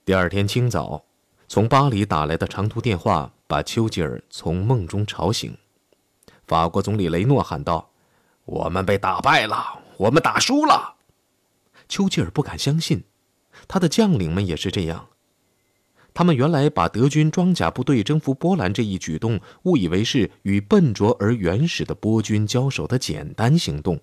第二天清早，从巴黎打来的长途电话把丘吉尔从梦中吵醒。法国总理雷诺喊道：“我们被打败了，我们打输了。”丘吉尔不敢相信，他的将领们也是这样。他们原来把德军装甲部队征服波兰这一举动误以为是与笨拙而原始的波军交手的简单行动。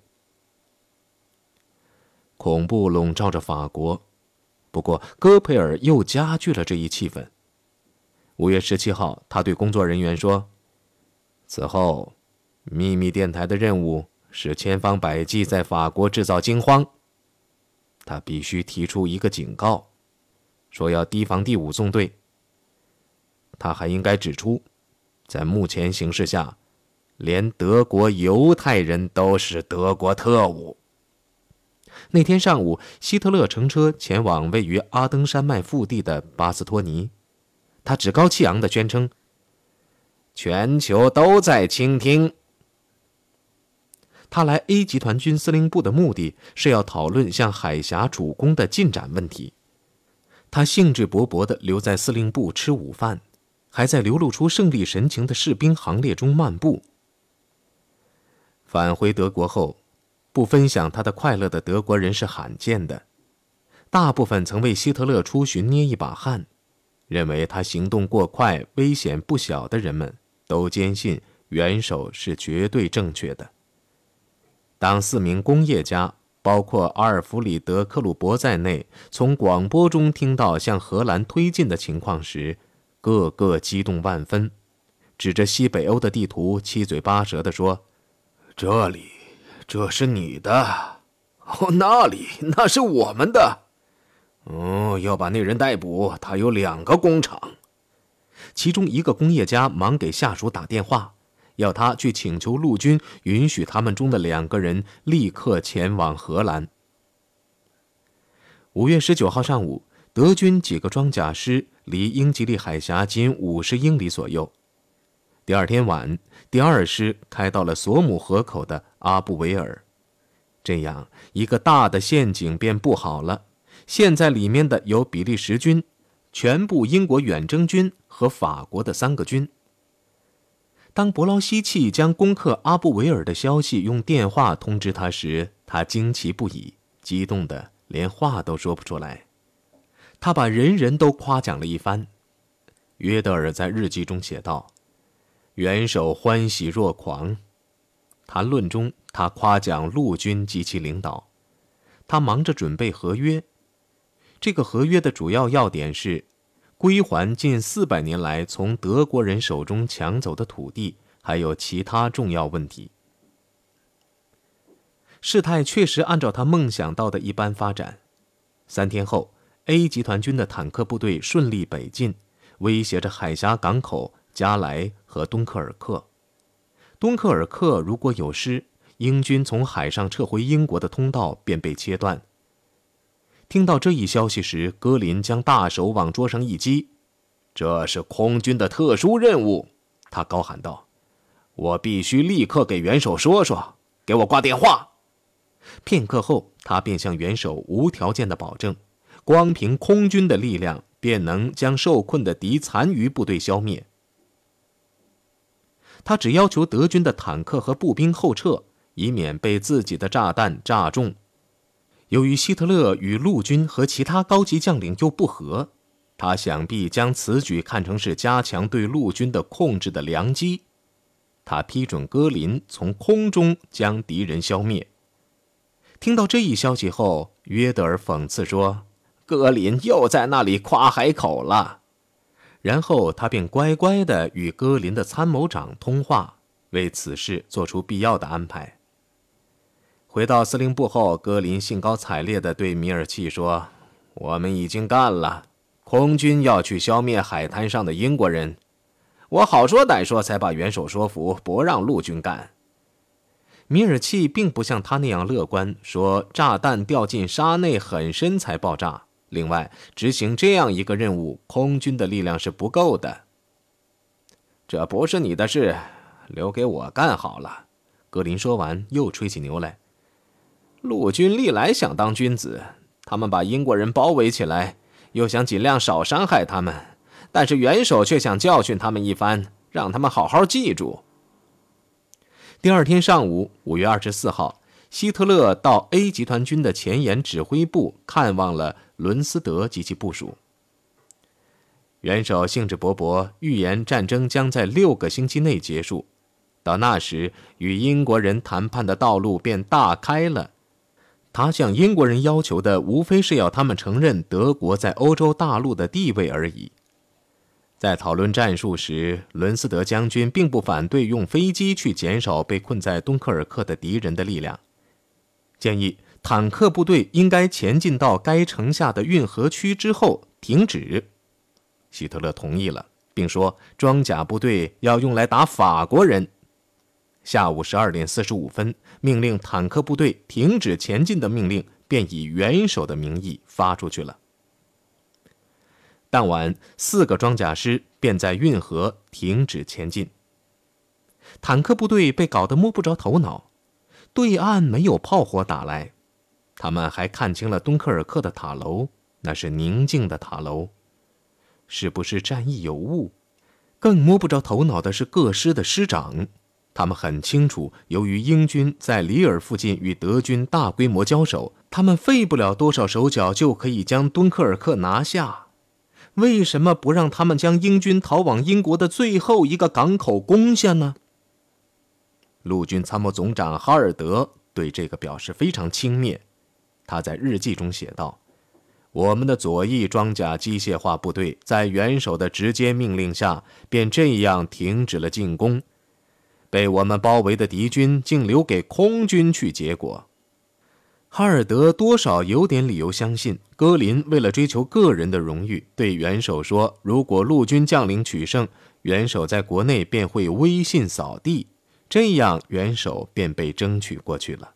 恐怖笼罩着法国，不过戈培尔又加剧了这一气氛。5月17号，他对工作人员说：“此后，秘密电台的任务是千方百计在法国制造惊慌。他必须提出一个警告，说要提防第5纵队。他还应该指出，在目前形势下，连德国犹太人都是德国特务。”那天上午，希特勒乘车前往位于阿登山脉腹地的巴斯托尼，他趾高气扬地宣称：“全球都在倾听。”他来 A 集团军司令部的目的是要讨论向海峡主攻的进展问题。他兴致勃勃地留在司令部吃午饭，还在流露出胜利神情的士兵行列中漫步。返回德国后，不分享他的快乐的德国人是罕见的，大部分曾为希特勒出巡捏一把汗，认为他行动过快、危险不小的人们都坚信元首是绝对正确的。当4名工业家，包括阿尔弗里德·克鲁伯在内，从广播中听到向荷兰推进的情况时，个个激动万分，指着西北欧的地图七嘴八舌地说：“这里，这是你的，那里，那是我们的。要把那人逮捕，他有2个工厂。”其中一个工业家忙给下属打电话，要他去请求陆军允许他们中的2个人立刻前往荷兰。5月19号上午，德军几个装甲师离英吉利海峡仅50英里左右。第二天晚，第2师开到了索姆河口的阿布维尔。这样一个大的陷阱便布好了，陷在里面的有比利时军、全部英国远征军和法国的3个军。当伯劳希契将攻克阿布维尔的消息用电话通知他时，他惊奇不已，激动得连话都说不出来。他把人人都夸奖了一番。约德尔在日记中写道：“元首欢喜若狂。”谈论中，他夸奖陆军及其领导。他忙着准备合约。这个合约的主要要点是归还近400年来从德国人手中抢走的土地，还有其他重要问题。事态确实按照他梦想到的一般发展。3天后，A 集团军的坦克部队顺利北进，威胁着海峡港口加莱和敦刻尔克。敦刻尔克如果有失，英军从海上撤回英国的通道便被切断。听到这一消息时，戈林将大手往桌上一击：“这是空军的特殊任务！”他高喊道：“我必须立刻给元首说说，给我挂电话！”片刻后，他便向元首无条件的保证，光凭空军的力量便能将受困的敌残余部队消灭。他只要求德军的坦克和步兵后撤，以免被自己的炸弹炸中。由于希特勒与陆军和其他高级将领又不和，他想必将此举看成是加强对陆军的控制的良机。他批准戈林从空中将敌人消灭。听到这一消息后，约德尔讽刺说：“戈林又在那里夸海口了。”然后他便乖乖地与戈林的参谋长通话，为此事做出必要的安排。回到司令部后，戈林兴高采烈地对米尔契说：“我们已经干了，空军要去消灭海滩上的英国人。我好说歹说才把元首说服，不让陆军干。”米尔契并不像他那样乐观，说炸弹掉进沙内很深才爆炸。另外，执行这样一个任务，空军的力量是不够的。这不是你的事，留给我干好了。格林说完，又吹起牛来。陆军历来想当君子，他们把英国人包围起来， 又想尽量少伤害他们，但是元首却想教训他们一番，让他们好好记住。第二天上午5月24号，希特勒到 A 集团军的前沿指挥部看望了伦斯德及其部属。元首兴致勃勃，预言战争将在6个星期内结束，到那时与英国人谈判的道路便大开了。他向英国人要求的无非是要他们承认德国在欧洲大陆的地位而已。在讨论战术时，伦斯德将军并不反对用飞机去减少被困在敦刻尔克的敌人的力量，建议坦克部队应该前进到该城下的运河区之后停止。希特勒同意了，并说装甲部队要用来打法国人。下午12点45分，命令坦克部队停止前进的命令便以元首的名义发出去了。当晚4个装甲师便在运河停止前进。坦克部队被搞得摸不着头脑，对岸没有炮火打来，他们还看清了敦刻尔克的塔楼，那是宁静的塔楼。是不是战役有误？更摸不着头脑的是各师的师长，他们很清楚，由于英军在里尔附近与德军大规模交手，他们费不了多少手脚就可以将敦刻尔克拿下。为什么不让他们将英军逃往英国的最后一个港口攻下呢？陆军参谋总长哈尔德对这个表示非常轻蔑，他在日记中写道：我们的左翼装甲机械化部队在元首的直接命令下便这样停止了进攻，被我们包围的敌军竟留给空军去结果。哈尔德多少有点理由相信，戈林为了追求个人的荣誉，对元首说，如果陆军将领取胜，元首在国内便会威信扫地，这样元首便被争取过去了。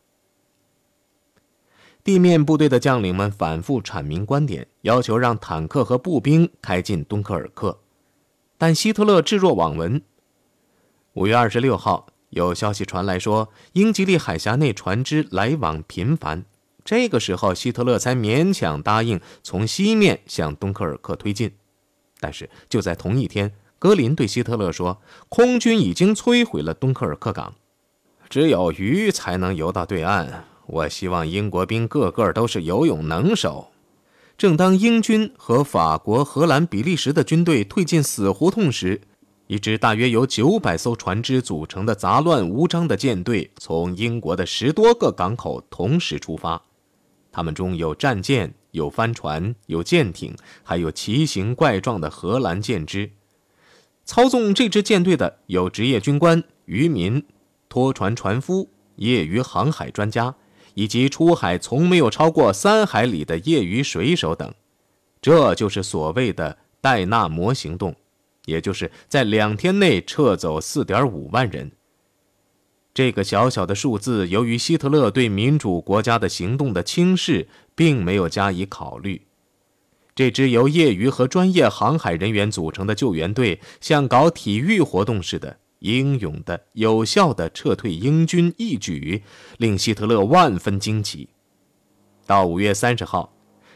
地面部队的将领们反复阐明观点，要求让坦克和步兵开进敦刻尔克，但希特勒置若罔闻。5月26号，有消息传来说，英吉利海峡内船只来往频繁，这个时候希特勒才勉强答应从西面向敦刻尔克推进。但是就在同一天，格林对希特勒说，空军已经摧毁了敦刻尔克港，只有鱼才能游到对岸，我希望英国兵个个都是游泳能手。正当英军和法国、荷兰、比利时的军队退进死胡同时，一支大约由900艘船只组成的杂乱无章的舰队从英国的10多个港口同时出发，他们中有战舰，有帆船，有舰艇，还有奇形怪状的荷兰舰只。操纵这支舰队的有职业军官、渔民、拖船船夫、业余航海专家，以及出海从没有超过3海里的业余水手等。这就是所谓的戴纳摩行动，也就是在2天内撤走 4.5 万人。这个小小的数字，由于希特勒对民主国家的行动的轻视，并没有加以考虑。这支由业余和专业航海人员组成的救援队，像搞体育活动似的，英勇的、有效的撤退英军一举，令希特勒万分惊奇。到5月30号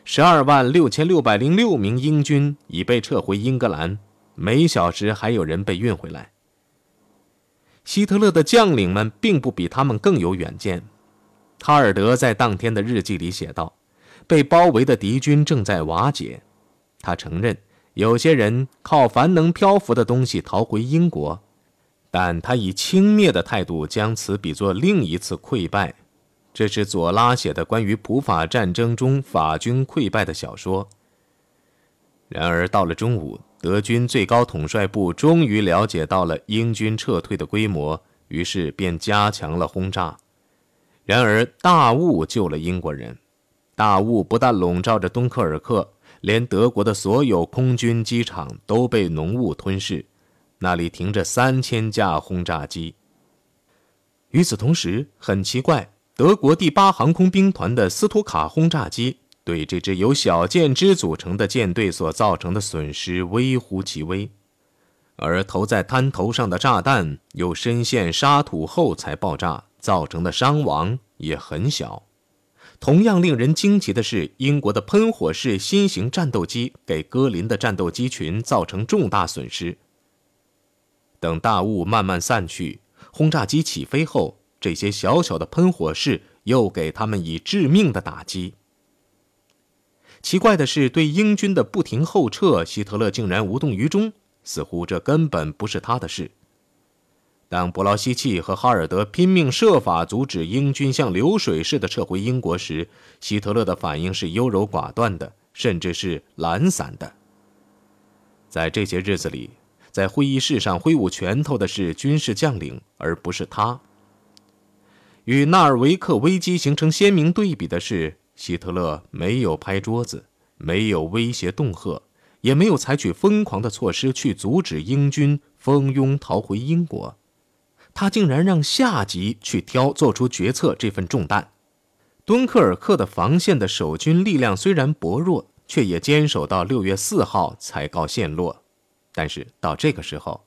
，126606名英军已被撤回英格兰，每小时还有人被运回来。希特勒的将领们并不比他们更有远见。哈尔德在当天的日记里写道，被包围的敌军正在瓦解。他承认有些人靠凡能漂浮的东西逃回英国，但他以轻蔑的态度将此比作另一次溃败。这是左拉写的关于普法战争中法军溃败的小说。然而到了中午，德军最高统帅部终于了解到了英军撤退的规模，于是便加强了轰炸。然而大雾救了英国人，大雾不但笼罩着敦刻尔克，连德国的所有空军机场都被浓雾吞噬，那里停着3000架轰炸机。与此同时，很奇怪，德国第8航空兵团的斯图卡轰炸机对这支由小舰只组成的舰队所造成的损失微乎其微，而投在滩头上的炸弹又深陷沙土后才爆炸，造成的伤亡也很小。 同样令人惊奇的是，英国的喷火式新型战斗机给戈林的战斗机群造成重大损失。等大雾慢慢散去，轰炸机起飞后，这些小小的喷火式又给他们以致命的打击。奇怪的是，对英军的不停后撤，希特勒竟然无动于衷，似乎这根本不是他的事。当伯劳希奇和哈尔德拼命设法阻止英军像流水似的撤回英国时，希特勒的反应是优柔寡断的，甚至是懒散的。在这些日子里，在会议室上挥舞拳头的是军事将领，而不是他。与纳尔维克危机形成鲜明对比的是，希特勒没有拍桌子，没有威胁恫吓，也没有采取疯狂的措施去阻止英军蜂拥逃回英国。他竟然让下级去做出决策这份重担。敦刻尔克的防线的守军力量虽然薄弱，却也坚守到6月4号才告陷落。但是到这个时候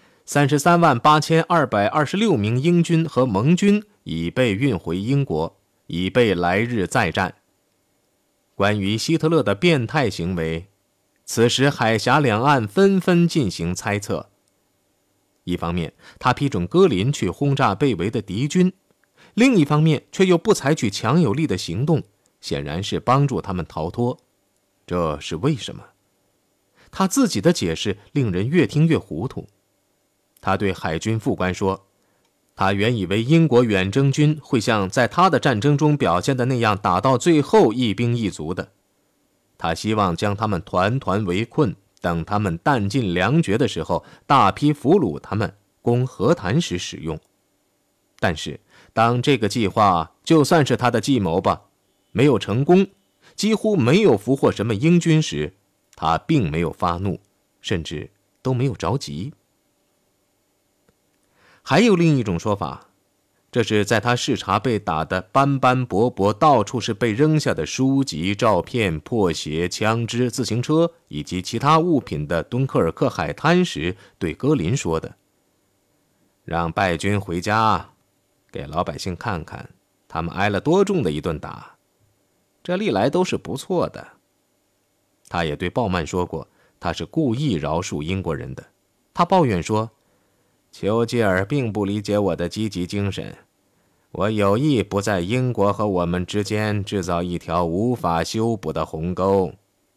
，338226名英军和盟军已被运回英国，以备来日再战。关于希特勒的变态行为，此时海峡两岸纷纷进行猜测。一方面，他批准戈林去轰炸被围的敌军，另一方面却又不采取强有力的行动，显然是帮助他们逃脱。这是为什么？他自己的解释令人越听越糊涂。他对海军副官说，他原以为英国远征军会像在他的战争中表现的那样打到最后一兵一卒的。他希望将他们团团围困，等他们弹尽粮绝的时候，大批俘虏他们，供和谈时使用。但是，当这个计划就算是他的计谋吧，没有成功，几乎没有俘获什么英军时，他并没有发怒，甚至都没有着急。还有另一种说法，这是在他视察被打得斑斑驳驳，到处是被扔下的书籍、照片、破鞋、枪支、自行车以及其他物品的敦刻尔克海滩时，对戈林说的。让败军回家，给老百姓看看他们挨了多重的一顿打，这历来都是不错的。他也对鲍曼说过，他是故意饶恕英国人的。他抱怨说，丘吉尔并不理解我的积极精神，我有意不在英国和我们之间制造一条无法修补的鸿沟。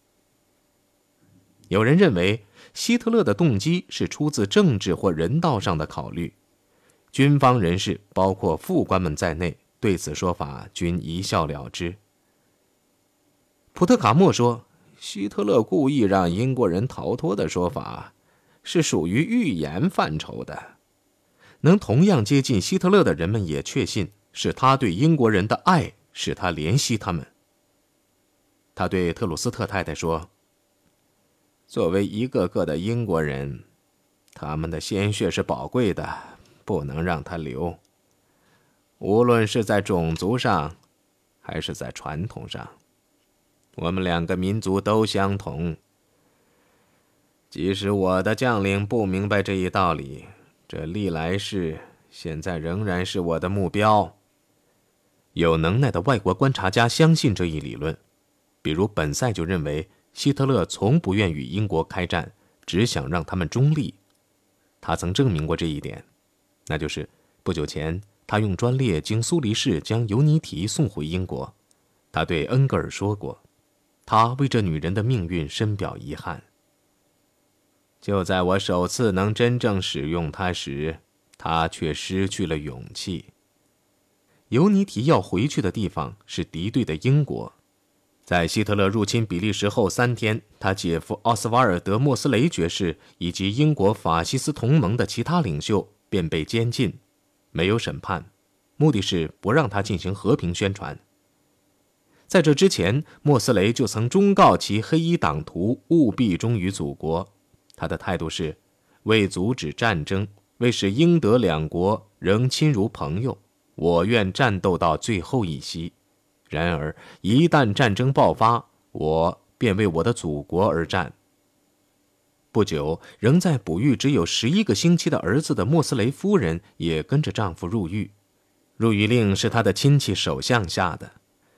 有人认为希特勒的动机是出自政治或人道上的考虑，军方人士包括副官们在内对此说法均一笑了之。普特卡默说，希特勒故意让英国人逃脱的说法是属于预言范畴的。能同样接近希特勒的人们也确信，是他对英国人的爱使他怜惜他们。他对特鲁斯特太太说，作为一个个的英国人，他们的鲜血是宝贵的，不能让它流。无论是在种族上，还是在传统上，我们两个民族都相同。即使我的将领不明白这一道理，这历来是，现在仍然是我的目标。有能耐的外国观察家相信这一理论，比如本塞就认为希特勒从不愿与英国开战，只想让他们中立。他曾证明过这一点，那就是不久前他用专列经苏黎世将尤尼提送回英国。他对恩格尔说过，他为这女人的命运深表遗憾。就在我首次能真正使用它时，他却失去了勇气。尤尼提要回去的地方是敌对的英国。在希特勒入侵比利时后3天，他姐夫奥斯瓦尔德·莫斯雷爵士以及英国法西斯同盟的其他领袖便被监禁，没有审判，目的是不让他进行和平宣传。在这之前，莫斯雷就曾忠告其黑衣党徒务必忠于祖国。他的态度是，为阻止战争，为使英德两国仍亲如朋友，我愿战斗到最后一息。然而，一旦战争爆发，我便为我的祖国而战。不久，仍在哺育只有11个星期的儿子的莫斯雷夫人也跟着丈夫入狱。入狱令是他的亲戚首相下的。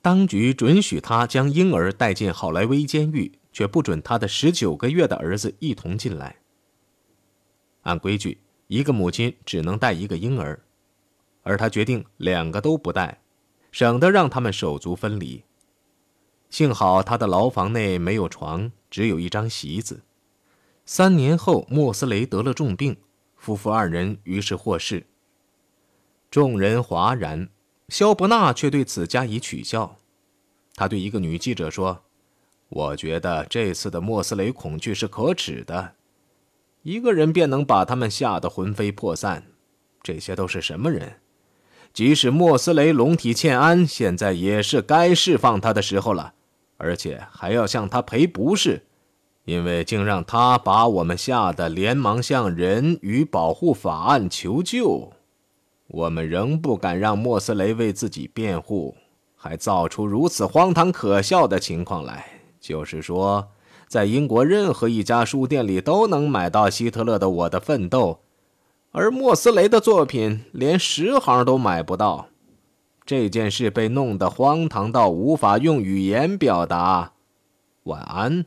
当局准许他将婴儿带进好莱坞监狱，却不准他的19个月的儿子一同进来。按规矩，一个母亲只能带一个婴儿，而他决定2个都不带，省得让他们手足分离。幸好他的牢房内没有床，只有一张席子。3年后，莫斯雷得了重病，夫妇2人于是获释。众人哗然，萧伯纳却对此加以取笑。他对一个女记者说：“我觉得这次的莫斯雷恐惧是可耻的，一个人便能把他们吓得魂飞魄散。这些都是什么人？即使莫斯雷龙体欠安，现在也是该释放他的时候了，而且还要向他赔不是，因为竟让他把我们吓得连忙向人与保护法案求救。我们仍不敢让莫斯雷为自己辩护，还造出如此荒唐可笑的情况来，就是说在英国任何一家书店里都能买到希特勒的《我的奋斗》，而莫斯雷的作品连10行都买不到。这件事被弄得荒唐到无法用语言表达。晚安。”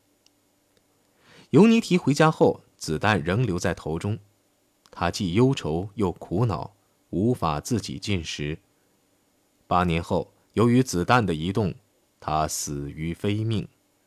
尤尼提回家后，子弹仍留在头中，他既忧愁又苦恼，无法自己进食。8年后，由于子弹的移动，他死于非命。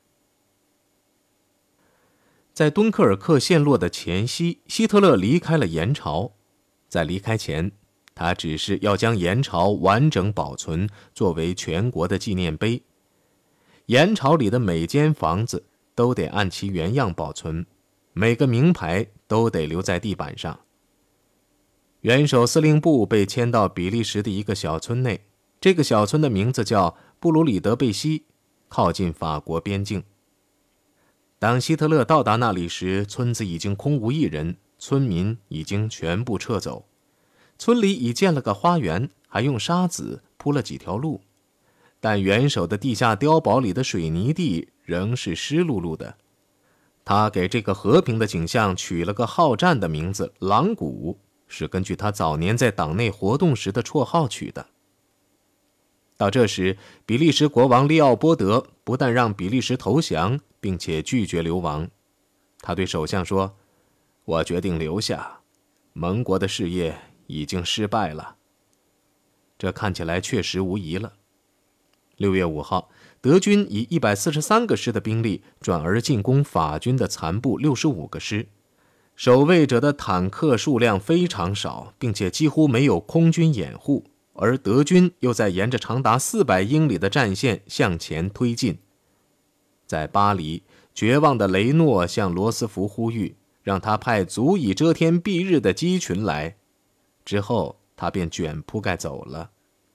在敦刻尔克陷落的前夕，希特勒离开了盐巢。在离开前，他只是要将盐巢完整保存，作为全国的纪念碑。盐巢里的每间房子都得按其原样保存，每个名牌都得留在地板上。元首司令部被迁到比利时的一个小村内，这个小村的名字叫布鲁里德贝西，靠近法国边境。当希特勒到达那里时，村子已经空无一人，村民已经全部撤走。村里已建了个花园，还用沙子铺了几条路，但元首的地下碉堡里的水泥地仍是湿漉漉的。他给这个和平的景象取了个好战的名字——狼谷，是根据他早年在党内活动时的绰号取的。到这时，比利时国王利奥波德不但让比利时投降，并且拒绝流亡。他对首相说：“我决定留下，盟国的事业已经失败了。”这看起来确实无疑了。6月5号，德军以143个师的兵力转而进攻法军的残部65个师，守卫者的坦克数量非常少，并且几乎没有空军掩护，而德军又在沿着长达400英里的战线向前推进。在巴黎，绝望的雷诺向罗斯福呼吁，让他派足以遮天蔽日的机群来。之后，他便卷铺盖走了。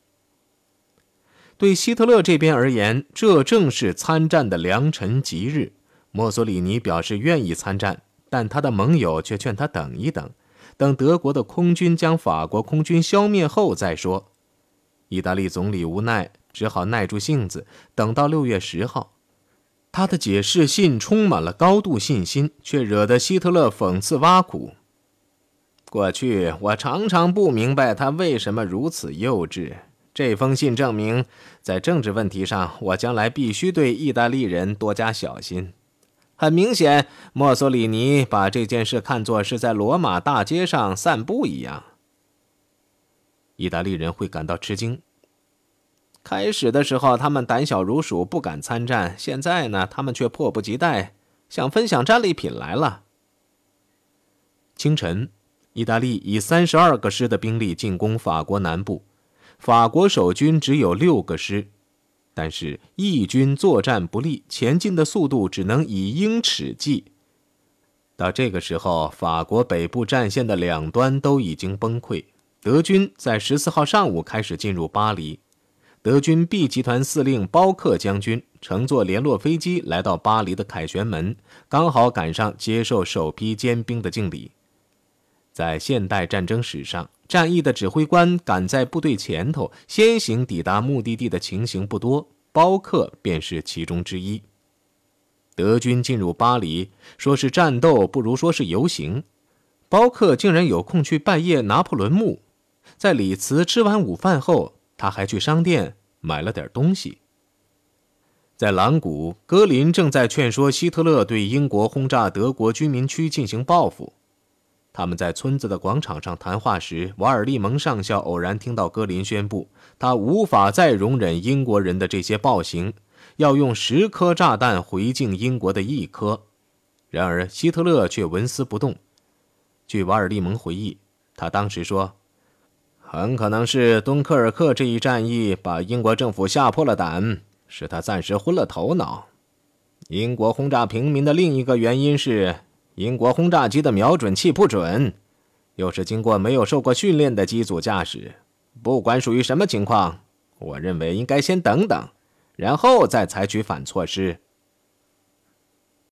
对希特勒这边而言，这正是参战的良辰吉日。墨索里尼表示愿意参战，但他的盟友却劝他等一等，等德国的空军将法国空军消灭后再说。意大利总理无奈，只好耐住性子，等到6月10号。他的解释信充满了高度信心，却惹得希特勒讽刺挖苦。过去我常常不明白他为什么如此幼稚。这封信证明，在政治问题上，我将来必须对意大利人多加小心。很明显，墨索里尼把这件事看作是在罗马大街上散步一样。意大利人会感到吃惊。开始的时候，他们胆小如鼠，不敢参战。现在呢，他们却迫不及待，想分享战利品来了。清晨，意大利以32个师的兵力进攻法国南部，法国守军只有6个师，但是义军作战不利，前进的速度只能以英尺计。到这个时候，法国北部战线的两端都已经崩溃。德军在14号上午开始进入巴黎。德军 B 集团司令包克将军乘坐联络飞机来到巴黎的凯旋门，刚好赶上接受首批坚兵的敬礼。在现代战争史上，战役的指挥官赶在部队前头先行抵达目的地的情形不多，包克便是其中之一。德军进入巴黎，说是战斗不如说是游行。包克竟然有空去拜谒拿破仑墓。在里茨吃完午饭后，他还去商店买了点东西。在朗古，戈林正在劝说希特勒对英国轰炸德国居民区进行报复。他们在村子的广场上谈话时，瓦尔利蒙上校偶然听到戈林宣布，他无法再容忍英国人的这些暴行，要用10颗炸弹回敬英国的1颗。然而希特勒却纹丝不动。据瓦尔利蒙回忆，他当时说，很可能是敦刻尔克这一战役把英国政府吓破了胆，使他暂时昏了头脑。英国轰炸平民的另一个原因是英国轰炸机的瞄准器不准，又是经过没有受过训练的机组驾驶。不管属于什么情况，我认为应该先等等，然后再采取反措施。